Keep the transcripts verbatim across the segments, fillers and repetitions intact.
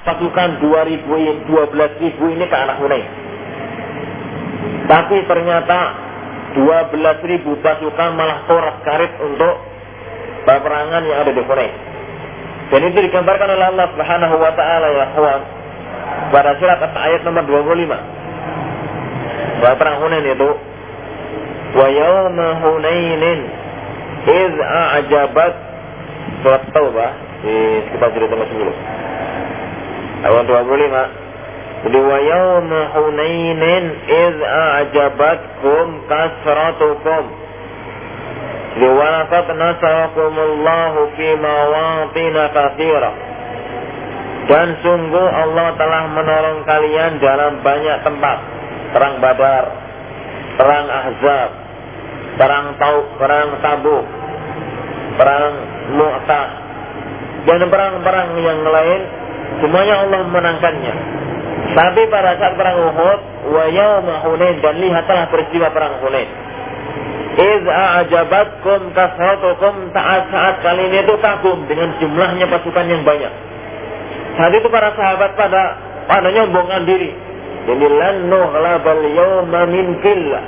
pasukan dua ribu, dua belas ribu ini ke arah Hunain. Tapi ternyata dua belas ribu pasukan malah porak-karit untuk peperangan yang ada di Hunain. Dan itu digambarkan oleh Allah Subhanahu wa taala ya kawan pada surat ayat nomor dua puluh lima. Bahwa perang Hunain itu wa yawma Hunainin iz a'jabat, surat Taubah di sekitar jilid nomor sepuluh ayat dua puluh lima. Jadi wa yawma Hunainin iz a'jabatkum kasratukum wa laqad nasarakumullahu fi mawatin katsira. Dan sungguh Allah telah menolong kalian dalam banyak tempat. Perang Badar, perang Ahzab, perang Taub, perang Tabuk, perang Mu'tah, dan perang-perang yang lain, semuanya Allah memenangkannya. Tapi pada saat perang Uhud, wa yawma Hunain, dan lihatlah peristiwa perang Hunain. Iz a'jabatkum kasratukum, saat-saat kalian itu kagum dengan jumlahnya pasukan yang banyak. Saat itu para sahabat pada pada nyombongkan diri. Jadi lan nughlabal yawma min killah.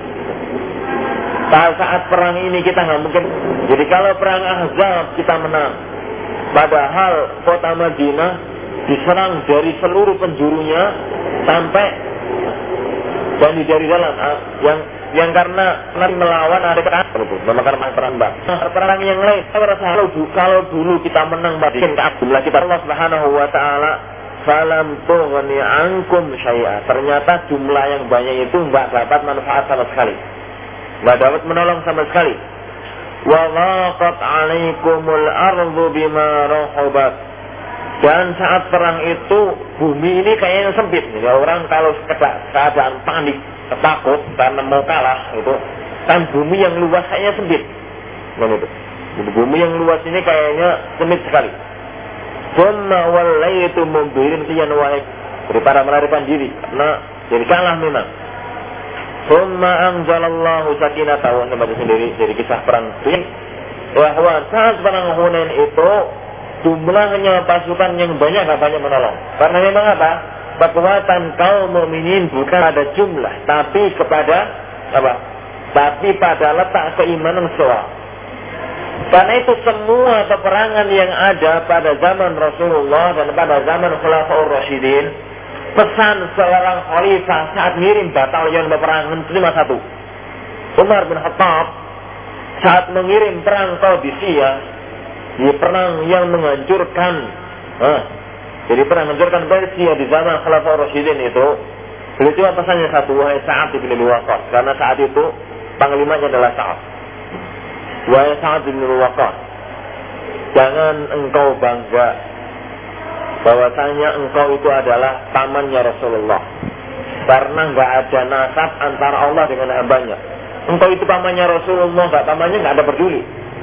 Saat perang ini kita nggak mungkin. Jadi kalau perang Ahzab kita menang, padahal kota Madinah diserang dari seluruh penjurunya sampai dan dari dalam yang yang karena nanti melawan ada perang itu memakan perang bang. Perang yang lain kalau kalau dulu kita menang mungkin keabdullah kita Allah Subhanahu wa taala falam tughni ankum syai'a. Ternyata jumlah yang banyak itu enggak dapat manfaat sama sekali. Enggak dapat menolong sama sekali. Wa dhaqat 'alaikumul ardu bima rahabat. Dan saat perang itu bumi ini kayaknya sempit. Jadi orang kalau keadaan panik, takut karena mau kalah itu, kan bumi yang luas kayaknya sempit. Kan itu. Jadi bumi yang luas ini kayaknya sempit sekali. Thumma wallaitu mudbirin kiyan wahid. Daripada melarikan diri karena jadi kalah memang. Thumma anzalallahu sakinatahu, baca sendiri dari kisah perang Hunain. Bahwa saat perang Hunain itu jumlahnya pasukan yang banyak gak banyak menolong. Karena memang apa? Kekuatan kaum mukminin bukan pada jumlah, tapi kepada apa? Tapi pada letak keimanan seorang. Karena itu semua peperangan yang ada pada zaman Rasulullah dan pada zaman Khulafaur Rasyidin, pesan seorang khalifah saat ngirim batalion peperangan cuma satu. Umar bin Khattab saat mengirim perang Qadisiyah, di perang yang menghancurkan, eh, jadi perang menghancurkan Persia di zaman Khulafaur Rasyidin itu, beliau cuma pesannya satu, wahai Sa'ad bin Abi Waqqas, karena saat itu panglimanya adalah Sa'ad. Wahai Sa'ad bin Abi Waqqas, jangan engkau bangga bahwasanya engkau itu adalah pamannya Rasulullah, karena enggak ada nasab antara Allah dengan hambanya. Engkau itu pamannya Rasulullah, enggak pamannya enggak ada peduli.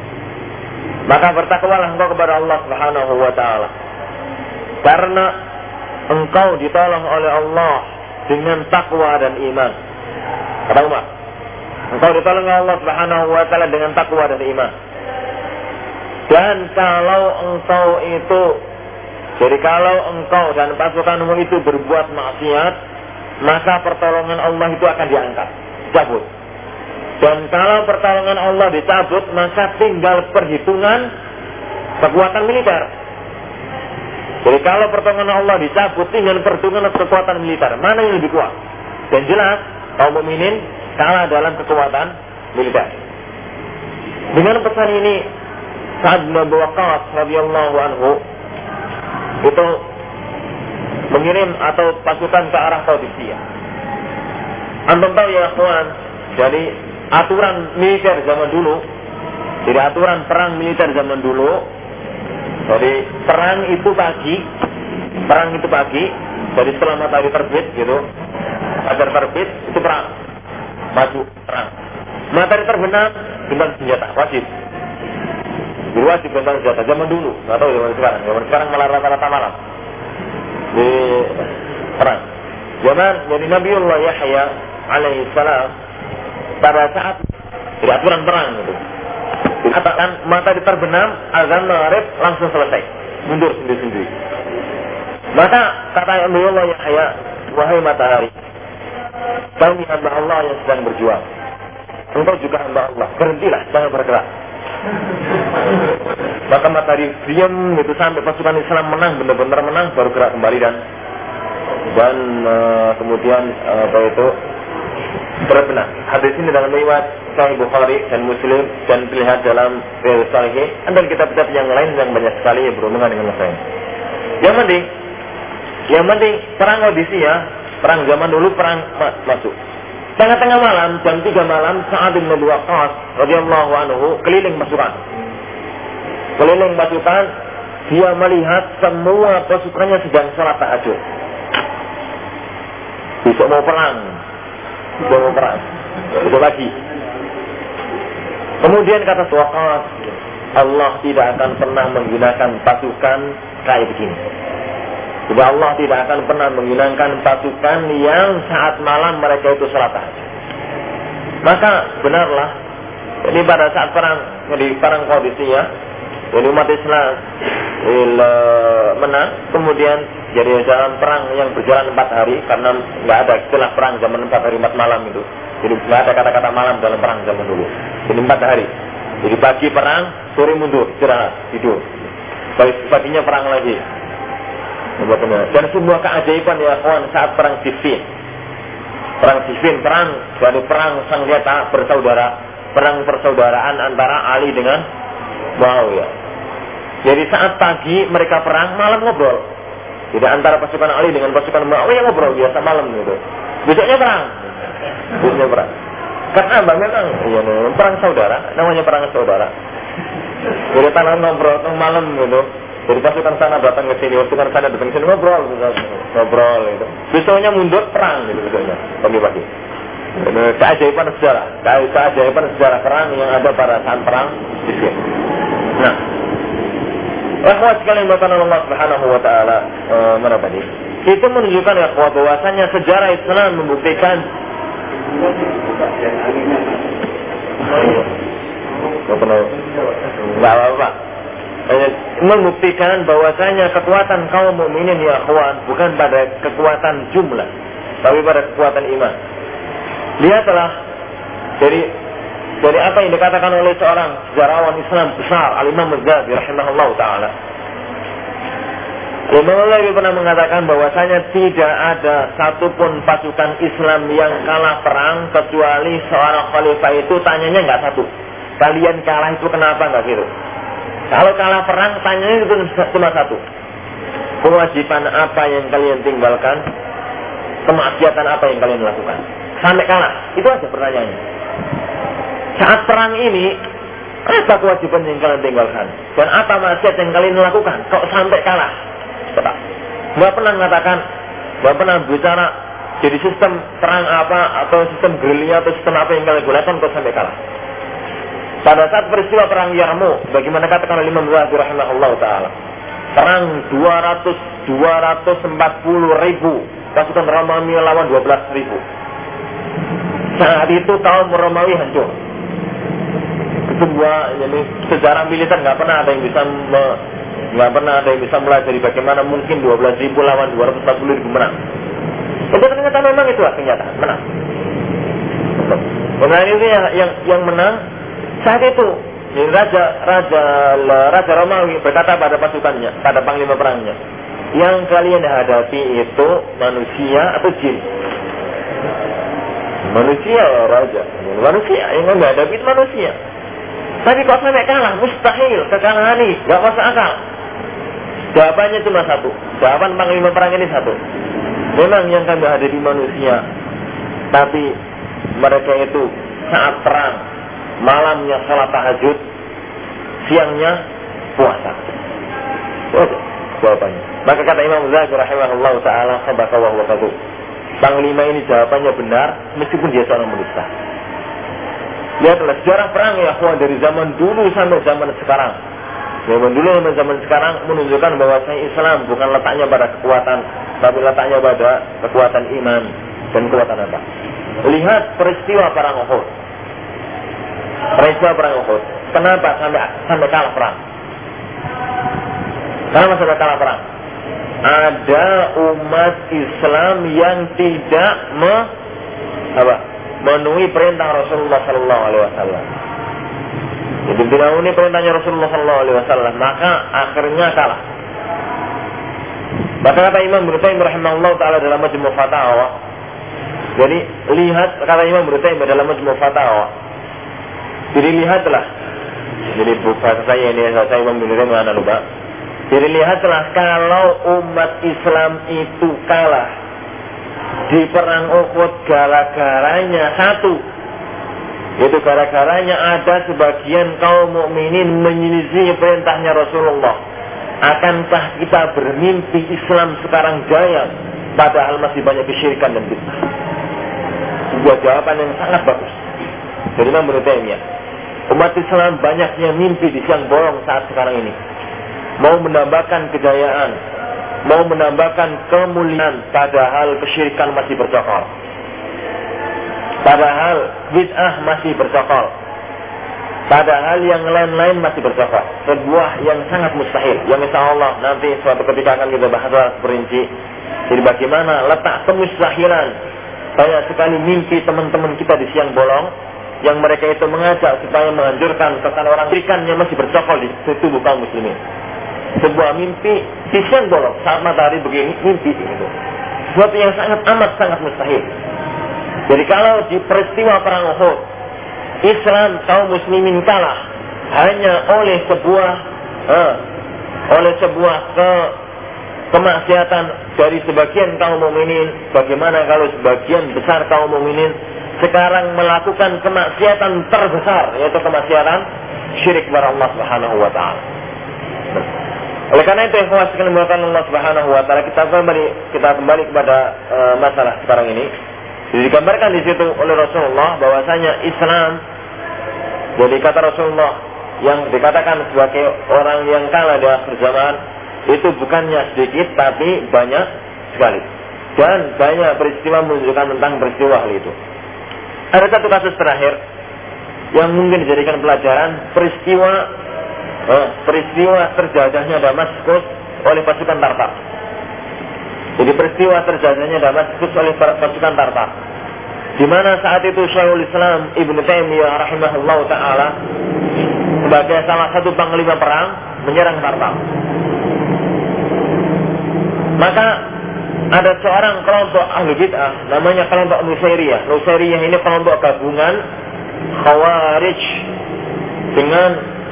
Maka bertakwalah engkau kepada Allah Subhanahu wa taala. Karena engkau ditolong oleh Allah dengan takwa dan iman. Kata Umar, engkau ditolong oleh Allah Subhanahu wa taala dengan takwa dan iman. Dan kalau engkau itu, jadi kalau engkau dan pasukanmu itu berbuat maksiat, maka pertolongan Allah itu akan diangkat, cabut. Dan kalau pertolongan Allah dicabut, maka tinggal perhitungan kekuatan militer. Jadi kalau pertolongan Allah dicabut, tinggal perhitungan kekuatan militer. Mana yang lebih kuat? Dan jelas, kaum mukminin kalah dalam kekuatan militer. Dengan pesan ini, Sa'ad bin Abi Waqqas radhiyallahu anhu itu mengirim atau pasukan ke arah Qadisiyah. Antum tahu ya kawan, jadi aturan militer zaman dulu, jadi aturan perang militer zaman dulu, jadi perang itu pagi, perang itu pagi, jadi setelah matahari terbit gitu, matahari terbit itu perang, maju perang. Matahari terbenam, gentar senjata, wajib. Jadi wajib gentar senjata zaman dulu, nggak tahu zaman sekarang. Zaman sekarang malah rata-rata malam di perang. Zaman jadi Nabiullah Yahya alaihi salam pada saat jadi aturan perang itu, dikatakan matahari terbenam, azan maghrib langsung selesai, mundur sendiri-sendiri. Maka kata Allah Yahya, wahai matahari, kami hamba Allah yang sedang berjuang. Engkau juga hamba Allah, berhentilah, jangan bergerak. Maka matahari diam itu sampai pasukan Islam menang, benar-benar menang, baru gerak kembali dan dan uh, kemudian uh, apa itu berbenah. Hadis ini dalam riwayat Sahih Bukhari dan Muslim dan dilihat dalam Riyadhus Shalihin dan kitab-kitab yang lain yang banyak sekali yang berhubungan dengan masalah ini. Yang penting, yang penting perang Odisia, perang zaman dulu perang ma- masuk. Tengah-tengah malam, jam tiga malam, Sa'ad bin Abi Waqqas radhiyallahu anhu keliling pasukan. Keliling pasukan, dia melihat semua pasukannya sedang salat tahajud. Besok mau perang, besok mau perang, besok lagi. Kemudian kata Waqqas, Allah tidak akan pernah menggunakan pasukan kayak begini. Jadi Allah tidak akan pernah menggunakan pasukan yang saat malam mereka itu salat tahajud. Maka benarlah, ini pada saat perang, di perang Qadisiyah, jadi umat Islam menang, kemudian jadi dalam perang yang berjalan empat hari, karena nggak ada istilah perang zaman empat hari empat malam itu. Jadi nggak ada kata-kata malam dalam perang zaman dulu. Jadi empat hari. Jadi pagi perang, sore mundur, istirahat, tidur. Paginya perang lagi. Dan sebuah keajaiban ya kawan saat perang Siffin. Perang Siffin, perang dari perang senjata bersaudara, perang persaudaraan antara Ali dengan Muawiyah. Jadi saat pagi mereka perang, malam ngobrol. Tidak antara pasukan Ali dengan pasukan Muawiyah ngobrol biasa malam gitu. Besoknya perang. Besoknya perang. Karena apa? Memang ya, perang saudara, namanya perang saudara. Jadi tanah ngobrol malam gitu. Jadi pasukan sana datang ke sini, pasukan sana datang ke sini ngobrol, ngobrol gitu. Besoknya mundur perang gitu besoknya, pagi-pagi. Keajaiban sejarah, keajaiban sejarah perang yang ada pada saat perang di sini. Nah, ikhwat sekalian bahkan Allah Subhanahu Wa Taala uh, mana tadi? Itu menunjukkan ikhwat bahwasanya sejarah Islam membuktikan. Enggak apa-apa. Membuktikan bahwasanya kekuatan kaum mukminin ya akhwan bukan pada kekuatan jumlah, tapi pada kekuatan iman. Lihatlah dari dari apa yang dikatakan oleh seorang sejarawan Islam besar, Al-Imam Az-Zahabi rahimahullah taala. Al-Imam Az-Zahabi pernah mengatakan bahwasanya tidak ada satupun pasukan Islam yang kalah perang kecuali seorang khalifah itu tanyanya enggak satu. Kalian kalah itu kenapa enggak gitu? Kalau kalah perang, tanyanya itu cuma satu. Kewajiban apa yang kalian tinggalkan? Kemaksiatan apa yang kalian lakukan? Sampai kalah. Itu aja pertanyaannya. Saat perang ini, apa kewajiban yang kalian tinggalkan? Dan apa maksiat yang kalian lakukan? Kok sampai kalah? Tetap. Nggak pernah mengatakan, nggak pernah bicara jadi sistem perang apa, atau sistem gerilya, atau sistem apa yang kalian gunakan kok sampai kalah. Pada saat peristiwa perang Yarmouk, bagaimana katakan oleh Imam Zahabi rahimahullah taala, perang dua ratus empat puluh ribu pasukan Romawi lawan dua belas ribu. Saat itu kaum Romawi hancur. Kedua, jadi sejarah militer nggak pernah ada yang bisa nggak pernah ada yang bisa melajari bagaimana mungkin dua belas ribu lawan dua ratus empat puluh ribu menang. Itu ternyata memang itu kenyataan menang. Menang itu yang yang, yang menang. Saat itu, raja raja raja Romawi berkata pada pasukannya, pada panglima perangnya, yang kalian hadapi itu manusia atau jin? Manusia ya raja, manusia yang anda hadapi itu manusia. Tapi kok sampai kalah? Mustahil, kekalahan ini nggak masuk akal. Jawabannya cuma satu, jawaban panglima perang ini satu. Memang yang kami hadapi manusia, tapi mereka itu saat perang malamnya salat tahajud, siangnya puasa. Itu jawabannya. Maka kata Imam Zahabi rahimahullah taala, sabaka wa huwa kadhub. Panglima ini jawabannya benar meskipun dia seorang pendusta. Lihatlah sejarah perang ya kawan dari zaman dulu sampai zaman sekarang. Zaman dulu sampai zaman sekarang menunjukkan bahwa Islam bukan letaknya pada kekuatan, tapi letaknya pada kekuatan iman dan kekuatan apa? Lihat peristiwa perang Uhud. Peristiwa perang Uhud. Kenapa sampai sampai kalah perang? Kenapa sampai kalah perang? ada umat Islam yang tidak me, apa, memenuhi perintah Rasulullah Sallallahu Alaihi Wasallam. Jadi tidak memenuhi perintahnya Rasulullah Sallallahu Alaihi Wasallam, maka akhirnya kalah. Maka kata Imam Ibnu Taimiyah rahimahullah taala dalam Majmu' Fatawa. Jadi lihat kata Imam Ibnu Taimiyah dalam Majmu' Fatawa. Jadi lihatlah. Jadi bahasa saya ini saya Imam Ibnu Taimiyah mana lupa. Jadi lihatlah kalau umat Islam itu kalah di perang Uhud gara-garanya satu. Itu gara-garanya ada sebagian kaum mukminin menyelisihi perintahnya Rasulullah. Akankah kita bermimpi Islam sekarang jaya padahal masih banyak kesyirikan dan bid'ah? Sebuah jawaban yang sangat bagus dari Imam Ibnu Taimiyah. Umat Islam banyaknya mimpi di siang bolong saat sekarang ini. Mau menambahkan kejayaan, mau menambahkan kemuliaan, padahal kesyirikan masih bercokol. Padahal bid'ah masih bercokol. Padahal yang lain-lain masih bercokol. Sebuah yang sangat mustahil. Yang insya Allah nanti suatu ketika akan kita bahas perinci. Jadi bagaimana letak kemustahilan. Banyak sekali mimpi teman-teman kita di siang bolong. Yang mereka itu mengajak supaya menghancurkan kesan orang syirikannya masih bercokol di tubuh kaum muslimin. Sebuah mimpi di siang bolong saat matahari begini, mimpi itu sesuatu yang sangat amat sangat mustahil. Jadi kalau di peristiwa perang Uhud Islam kaum muslimin kalah hanya oleh sebuah eh, oleh sebuah ke, kemaksiatan dari sebagian kaum mukminin. Bagaimana kalau sebagian besar kaum mukminin sekarang melakukan kemaksiatan terbesar, yaitu kemaksiatan syirik kepada Allah Subhanahu wa taala. Oleh karena itu, ikhwan sekalian Allah Subhanahu wa taala, kita kembali kita kembali kepada uh, masalah sekarang ini. Jadi digambarkan di situ oleh Rasulullah bahwasanya Islam, jadi kata Rasulullah yang dikatakan sebagai orang yang kalah di akhir zaman itu bukannya sedikit tapi banyak sekali. Dan banyak peristiwa menunjukkan tentang peristiwa hal itu. Ada satu kasus terakhir yang mungkin dijadikan pelajaran, peristiwa eh, peristiwa terjajahnya Damaskus oleh pasukan Tartar. Jadi peristiwa terjajahnya Damaskus oleh pasukan Tartar, di mana saat itu Syekhul Islam Ibnu Taimiyah rahimahullah taala sebagai salah satu panglima perang menyerang Tartar. Maka ada seorang kelompok ahli bid'ah namanya kelompok Nusairiyah. Nusairiyah ini kelompok gabungan Khawarij dengan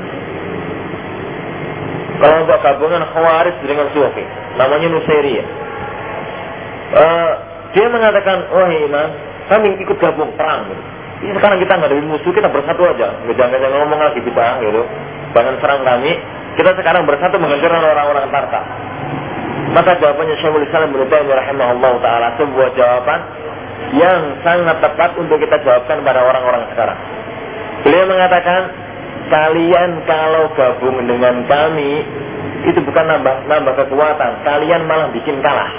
kelompok gabungan Khawarij dengan Sufi. Namanya Nusairiyah. Uh, dia mengatakan, wahai imam, kami ikut gabung perang. Gitu. Ini sekarang kita nggak ada musuh, kita bersatu aja. Jangan-jangan ngomong lagi bid'ah gitu. Jangan serang kami. Kita sekarang bersatu menghancurkan orang-orang Tartar. Maka jawabannya Syekhul Islam Ibnu Taimiyah rahimahullah taala sebuah jawaban yang sangat tepat untuk kita jawabkan pada orang-orang sekarang. Beliau mengatakan, kalian kalau gabung dengan kami itu bukan nambah nambah kekuatan, kalian malah bikin kalah.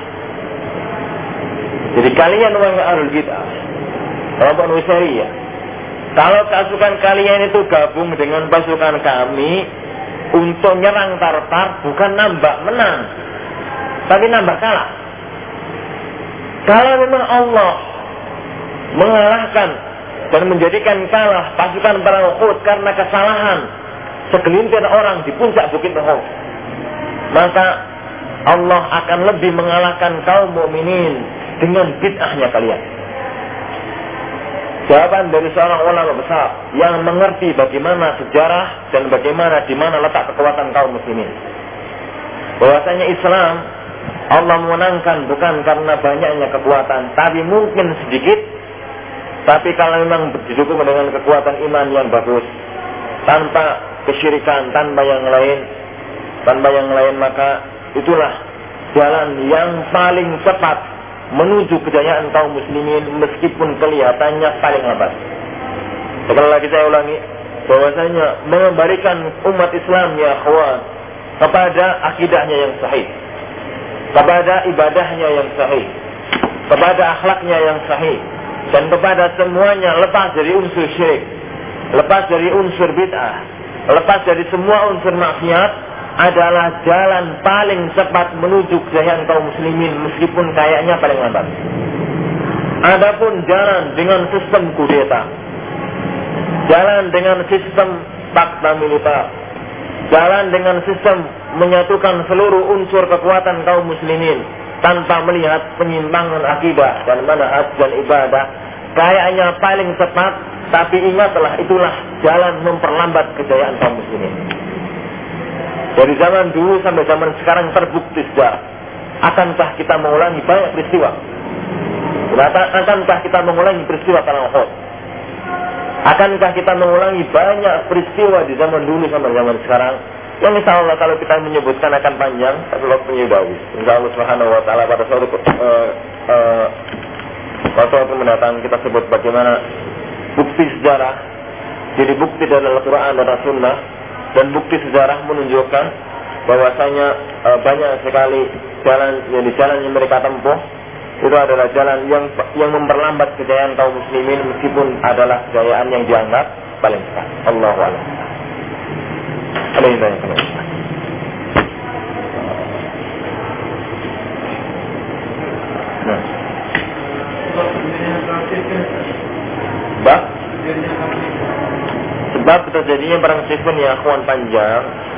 Jadi kalian wahai ahlul bid'ah, kelompok Nusairiyah, kalau pasukan kalian itu gabung dengan pasukan kami untuk nyerang Tartar, bukan nambah menang, tapi nambah kalah. Kalau memang Allah mengalahkan dan menjadikan kalah pasukan perang Uhud karena kesalahan segelintir orang di puncak bukit Uhud, maka Allah akan lebih mengalahkan kaum mukminin dengan bid'ahnya kalian. Jawaban dari seorang ulama besar yang mengerti bagaimana sejarah dan bagaimana di mana letak kekuatan kaum muslimin. Bahwasanya Islam Allah memenangkan bukan karena banyaknya kekuatan, tapi mungkin sedikit. Tapi kalau memang didukung dengan kekuatan iman yang bagus, tanpa kesyirikan, tanpa yang lain, tanpa yang lain, maka itulah jalan yang paling cepat menuju kejayaan kaum muslimin meskipun kelihatannya paling lambat. Sekali lagi saya ulangi, bahwasanya mengembalikan umat Islam ya akhwat kepada akidahnya yang sahih, kepada ibadahnya yang sahih, kepada akhlaknya yang sahih, dan kepada semuanya lepas dari unsur syirik, lepas dari unsur bid'ah, lepas dari semua unsur maksiat, adalah jalan paling cepat menuju kejayaan kaum muslimin meskipun kayaknya paling lambat. Adapun jalan dengan sistem kudeta, jalan dengan sistem fakta militer, jalan dengan sistem menyatukan seluruh unsur kekuatan kaum muslimin tanpa melihat penyimpangan akidah dan manhaj dan ibadah, kayaknya paling cepat, tapi ingatlah itulah jalan memperlambat kejayaan kaum muslimin. Dari zaman dulu sampai zaman sekarang terbukti sejarah. Akankah kita mengulangi banyak peristiwa? Akankah kita mengulangi peristiwa Perang Uhud? Akankah kita mengulangi banyak peristiwa di zaman dulu sampai zaman sekarang? Yang insya Allah kalau kita menyebutkan akan panjang, tapi waktunya sudah habis. Insya Allah Subhanahu Wa Taala pada suatu uh, uh, waktu mendatang kita sebut bagaimana bukti sejarah. Jadi bukti dari Al-Quran dan As-Sunnah. Dan bukti sejarah menunjukkan bahwasanya e, banyak sekali jalan yang di jalan yang mereka tempuh itu adalah jalan yang yang memperlambat kejayaan kaum muslimin meskipun adalah kejayaan yang dianggap paling cepat. Allahu a'lam. Nah. Bah? Sebab terjadinya perang Siffin ya akhwan panjang.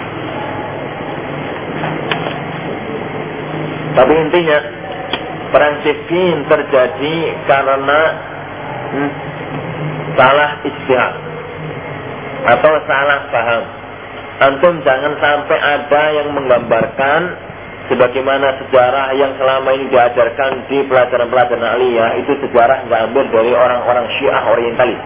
Tapi intinya perang Siffin terjadi karena hmm, salah ijtihad atau salah paham. Antum jangan sampai ada yang menggambarkan sebagaimana sejarah yang selama ini diajarkan di pelajaran-pelajaran aliyah itu sejarah diambil dari orang-orang Syiah Orientalis.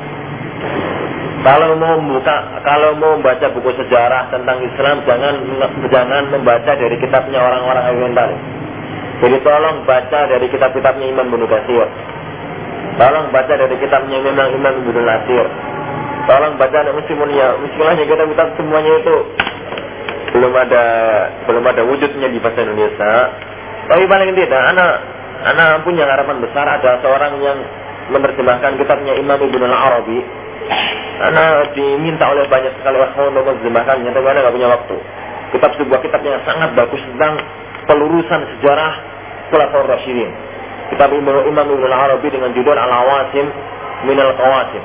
Kalau mau membuka, kalau mau membaca buku sejarah tentang Islam, jangan jangan membaca dari kitabnya orang-orang Orientalis. Jadi tolong baca dari kitab-kitabnya Imam Ibnu Katsir. Tolong baca dari kitabnya memang Imam Ibnu Katsir. Tolong baca dari meskipun ya, meskipun kitab-kitab semuanya itu belum ada belum ada wujudnya di bahasa Indonesia. Tapi paling tidak, anak anak punya harapan besar ada seorang yang menerjemahkan kitabnya Imam Ibnu Arabi. Karena diminta oleh banyak sekali orang untuk menerjemahkannya, tapi anda nggak punya waktu. Kitab sebuah kitab yang sangat bagus tentang pelurusan sejarah Khulafaur Rasyidin. Kitab Imam Ibnu Arabi dengan judul Al-Awasim Minal Qawasim.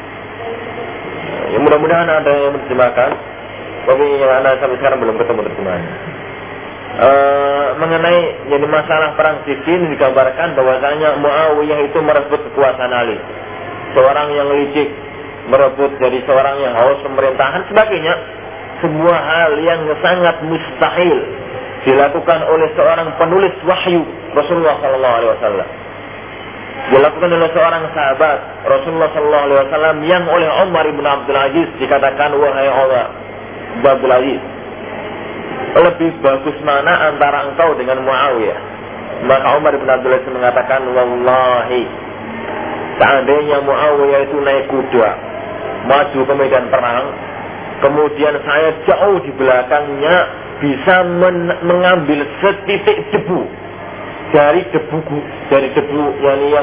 Ya, mudah-mudahan ada yang menerjemahkan, tapi anda sampai sekarang belum ketemu terjemahannya. E, mengenai jadi masalah perang Siffin digambarkan bahwasanya Muawiyah itu merebut kekuasaan Ali, seorang yang licik, merebut dari seorang yang haus pemerintahan sebagainya. Sebuah hal yang sangat mustahil dilakukan oleh seorang penulis wahyu Rasulullah Sallallahu Alaihi Wasallam, dilakukan oleh seorang sahabat Rasulullah Sallallahu Alaihi Wasallam yang oleh Umar bin Abdul Aziz dikatakan, wahai Umar bin Abdul Aziz, lebih bagus mana antara engkau dengan Muawiyah? Maka Umar bin Abdul Aziz mengatakan, wallahi, seandainya Muawiyah itu naik kuda maju ke medan perang, kemudian saya jauh di belakangnya bisa men- mengambil setitik debu dari debu dari debu yang yang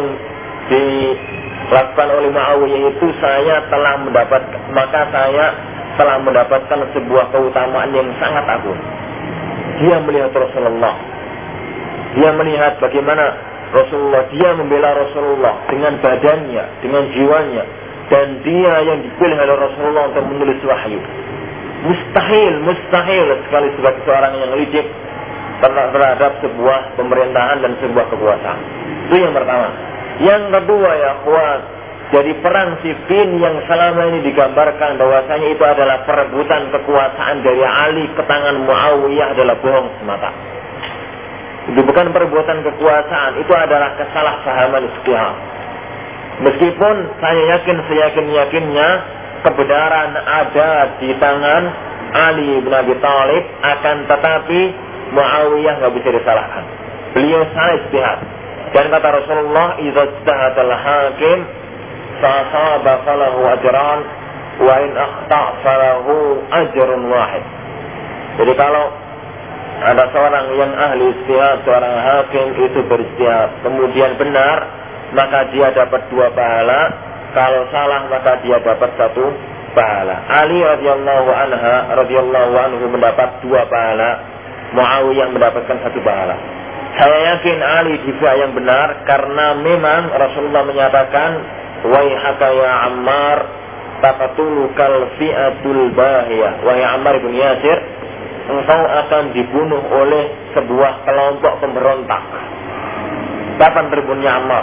dilakukan oleh Muawiyah itu, saya telah mendapat maka saya telah mendapatkan sebuah keutamaan yang sangat agung. Dia melihat Rasulullah, dia melihat bagaimana Rasulullah, dia membela Rasulullah dengan badannya, dengan jiwanya, dan dia yang dipilih oleh Rasulullah untuk menulis wahyu. Mustahil, mustahil sekali sebagai seorang yang licik terhadap sebuah pemerintahan dan sebuah kekuasaan. Itu yang pertama. Yang kedua ya kuat, jadi perang Siffin yang selama ini digambarkan bahwasanya itu adalah perebutan kekuasaan dari Ali ke tangan Muawiyah adalah bohong semata. Itu bukan perbuatan kekuasaan, itu adalah kesalahpahaman ijtihad. Meskipun saya yakin, seyakin-yakinnya kebenaran ada di tangan Ali bin Abi Thalib, akan tetapi Muawiyah nggak bisa disalahkan. Beliau salah ijtihad. Dan kata Rasulullah, "Idza ijtahada al-hakim fa asaba falahu ajran wa in akhta falahu ajrun wahid." Jadi kalau ada seorang yang ahli ijtihad, seorang hakim itu berijtihad, kemudian benar, maka dia dapat dua pahala. Kalau salah, maka dia dapat satu pahala. Ali radhiyallahu anha radhiyallahu anhu mendapat dua pahala, Muawiyah mendapatkan satu pahala. Saya yakin Ali juga yang benar karena memang Rasulullah menyatakan, "Waihaka ya Ammar, taqatulukal fi'atul bahiyah." Wahai Ammar bin Yasir, engkau akan dibunuh oleh sebuah kelompok pemberontak. Kapan terbunuhnya Ammar?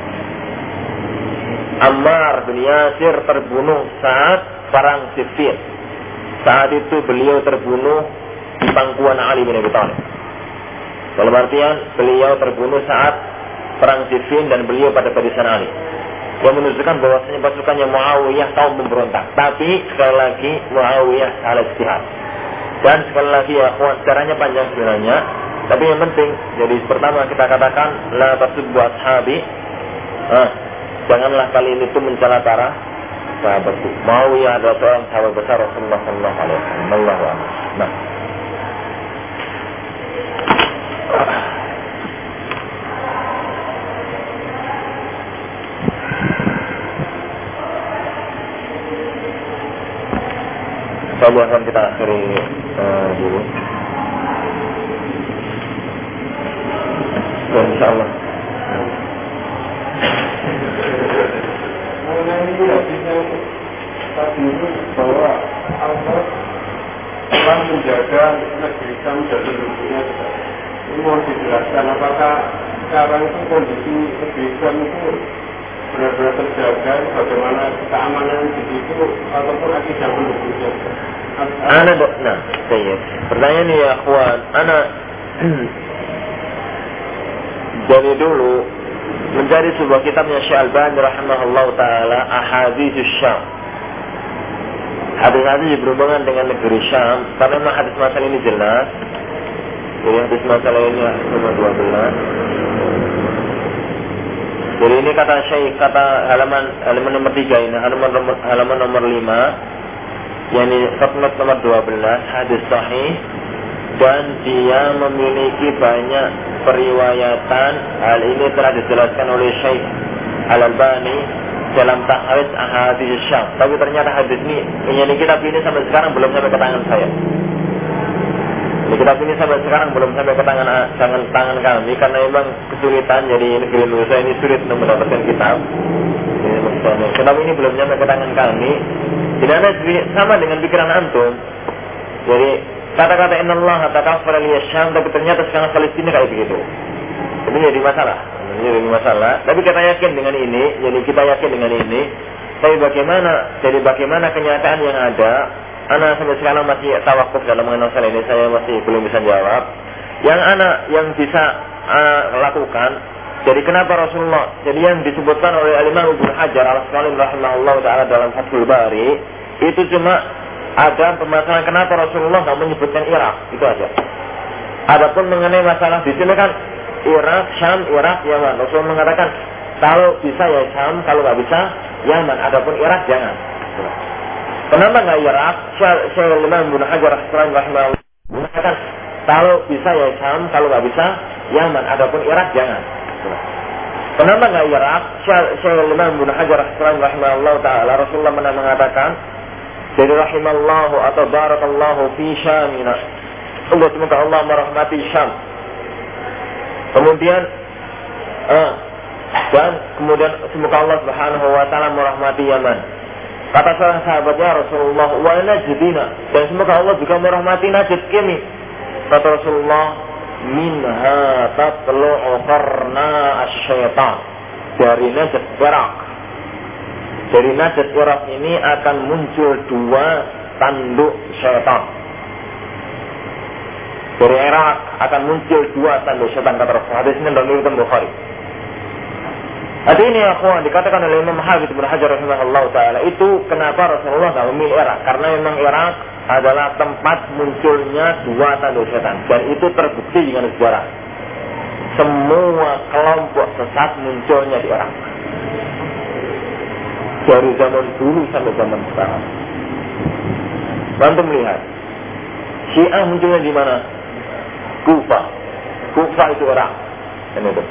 Ammar bin Yasir terbunuh saat perang Siffin. Saat itu beliau terbunuh di pangkuan Ali bin Abi Thalib. Dalam artian beliau terbunuh saat perang Siffin dan beliau pada barisan Ali. Yang menunjukkan bahwasanya pasukannya Muawiyah kaum pemberontak. Tapi sekali lagi Muawiyah salah ijtihad. Dan sekali lagi ya, caranya panjang sebenarnya. Tapi yang penting, jadi pertama kita katakan la tasubbu ashabi. Ah, janganlah kalian itu mencela para sahabatku. Muawiyah adalah seorang sahabat besar Rasulullah sallallahu alaihi wasallam. Nah, Coba akan kita akhiri uh, dulu. Dan insyaallah mengenai hadis yang tadi itu bahwa Allah telah menjaga negeri Syam dan penduduknya. Ini mau dijelaskan apakah sekarang itu kondisi negeri Syam itu benar-benar terjaga, bagaimana keamanan di situ ataupun akidah penduduknya? Ana dok, nah, saya. Pertanyaan ya, akhwan, ana dari dulu mencari sebuah kitabnya Syekh Al-Albani rahimahullah taala, Ahaditsus Syam. Hadis-hadis berhubungan dengan negeri Syam, karena memang hadis masalah ini jelas. Jadi hadis masalah ini nomor dua belas. Jadi ini kata Syekh, kata halaman halaman nomor tiga ini, halaman nomor, halaman nomor lima, yakni footnote nomor dua belas, hadis sahih, dan dia memiliki banyak periwayatan. Hal ini telah dijelaskan oleh Syekh Al-Albani dalam Tahrij Ahadits Syam. Tapi ternyata hadis ini, yakni kitab ini sampai sekarang belum sampai ke tangan saya. Kitab ini sampai sekarang belum sampai ke tangan tangan, tangan kami karena memang kesulitan. Jadi negeri Indonesia ini sulit untuk mendapatkan kitab. Jadi, kitab ini belum sampai ke tangan kami. Tidak ada sama dengan pikiran antum. Jadi kata-kata innallaha takaffala liyasyam, tapi ternyata sekarang Palestina kayak begitu. Ini jadi masalah. Ini jadi masalah. Tapi kita yakin dengan ini. Jadi kita yakin dengan ini. Tapi bagaimana? Jadi bagaimana kenyataan yang ada? Anak sampai sekarang masih tawakuf dalam mengenal masalah ini, saya masih belum bisa jawab. Yang anak yang bisa uh, lakukan, jadi kenapa Rasulullah, jadi yang disebutkan oleh Al-Imam Ibnu Hajar Al-Asqalani rahimahullah taala dalam Fathul Bari, itu cuma ada permasalahan kenapa Rasulullah nggak menyebutkan Irak, itu aja. Adapun mengenai masalah di sini kan Irak, Syam, Irak, Yaman. Rasulullah mengatakan kalau bisa ya Syam, kalau nggak bisa Yaman. Adapun Irak jangan. Kenapa nggak Irak? Syekh Al-Imam Ibnu Hajar rahimahullah mengatakan kalau bisa ya Syam, kalau nggak bisa Yaman. Adapun Irak jangan. Kenapa nggak Irak? Syekh Al-Imam Ibnu Hajar rahimahullah taala Rasulullah mengatakan jadi rahimallahu atau barakallahu fi Syamina. Allah semoga Allah merahmati Syam. Kemudian uh, dan kemudian semoga Allah Subhanahu wa taala merahmati Yaman. Kata seorang sahabatnya Rasulullah, wa najdina, dan semoga Allah juga merahmati Najd kami. Kata Rasulullah, minha tatlu'u qarna asy-syaitan. Dari Najd Irak. Dari Najd Irak ini akan muncul dua tanduk syaitan. Dari Irak akan muncul dua tanduk syaitan, kata Rasulullah. Hadis ini dalam riwayat Bukhari. Hati ini ya kawan, dikatakan oleh Imam Hafiz Ibnu Hajar rahimahullah taala, itu kenapa Rasulullah tidak memilih Irak? Karena memang Irak adalah tempat munculnya dua tanduk setan, dan itu terbukti dengan sejarah. Semua kelompok sesat munculnya di Irak. Dari zaman dulu sampai zaman sekarang. Bantu melihat, Syiah munculnya di mana? Kufa. Kufa itu Irak. Dan itu.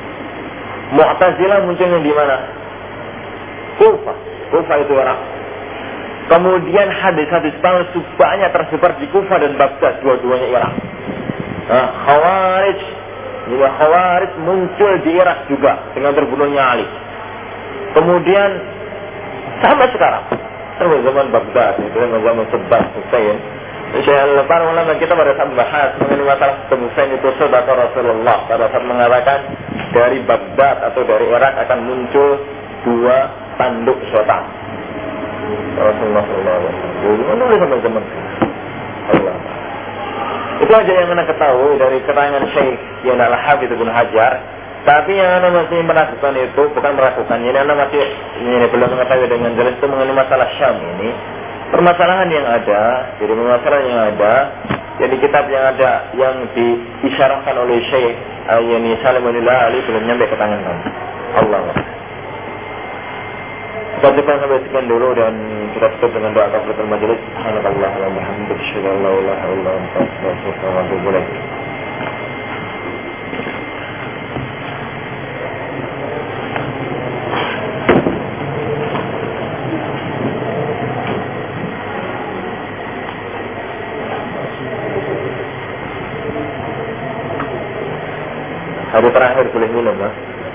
Mu'tazilah munculnya di mana? Kufa. Kufa itu Irak. Kemudian hadis-hadis palsu banyak tersebar di Kufah dan Baghdad, dua-duanya Irak. Nah, Khawarij, juga Khawarij muncul di Irak juga dengan terbunuhnya Ali. Kemudian sampai sekarang, sampai zaman Baghdad, itu zaman Saddam Hussein. Insyaallah para ulama kita pada saat membahas mengenai masalah Saddam Hussein itu saudara Rasulullah pada saat mengatakan dari Baghdad atau dari Irak akan muncul dua tanduk setan. Rasulullah Sallallahu Alaihi Wasallam menulis sama zaman Allah. Itu aja yang anda ketahui dari keterangan Syekh yang adalah Hafidz Ibnu Hajar. Tapi yang anda masih meragukan itu bukan meragukan, ini anda masih ini belum mengetahui dengan jelas itu mengenai masalah Syam ini. Permasalahan yang ada, jadi permasalahan yang ada, jadi kitab yang ada yang diisyarahkan oleh Syekh Ayani Salamullah Ali belum nyampe ke tangan kamu. Allah. Kita cukupkan sampai sekian dulu dan kita tutup dengan doa kafaratul majelis. Subhanallah wa bihamdihi asyhadu an la ilaha illa anta astaghfiruka wa atubu ilaik. Hari terakhir boleh minum, Mas.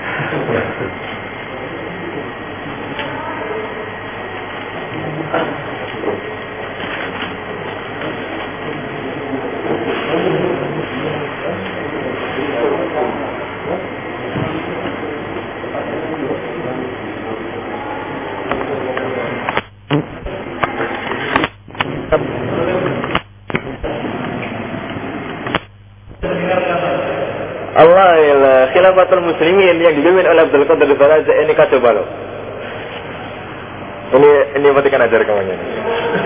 Allah ya, khilafatul muslimin yang dipimpin oleh Abdul Qadir Baraza ini kacau balau. Ini ini matikan ajar kawannya.